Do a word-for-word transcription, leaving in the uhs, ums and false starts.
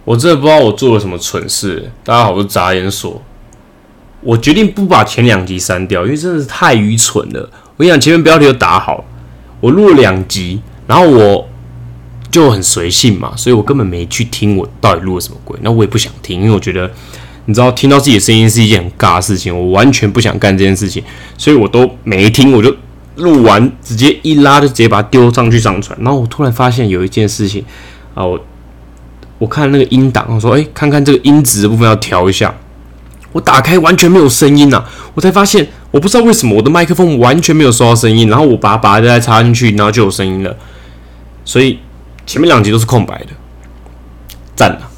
我真的不知道我做了什么蠢事。大家好，我是眨眼所。我决定不把前两集删掉，因为真的是太愚蠢了。我跟你讲，前面标题都打好，我录了两集，然后我就很随性嘛，所以我根本没去听我到底录了什么鬼。那我也不想听，因为我觉得你知道，听到自己的声音是一件很尬的事情，我完全不想干这件事情，所以我都没听，我就录完直接一拉就直接把它丢上去上传。然后我突然发现有一件事情啊，我。我看那个音档，我说：“哎、欸，看看这个音质的部分要调一下。”我打开完全没有声音啊！我才发现，我不知道为什么我的麦克风完全没有收到声音，然后我把它把它再插进去，然后就有声音了。所以前面两集都是空白的，赞了。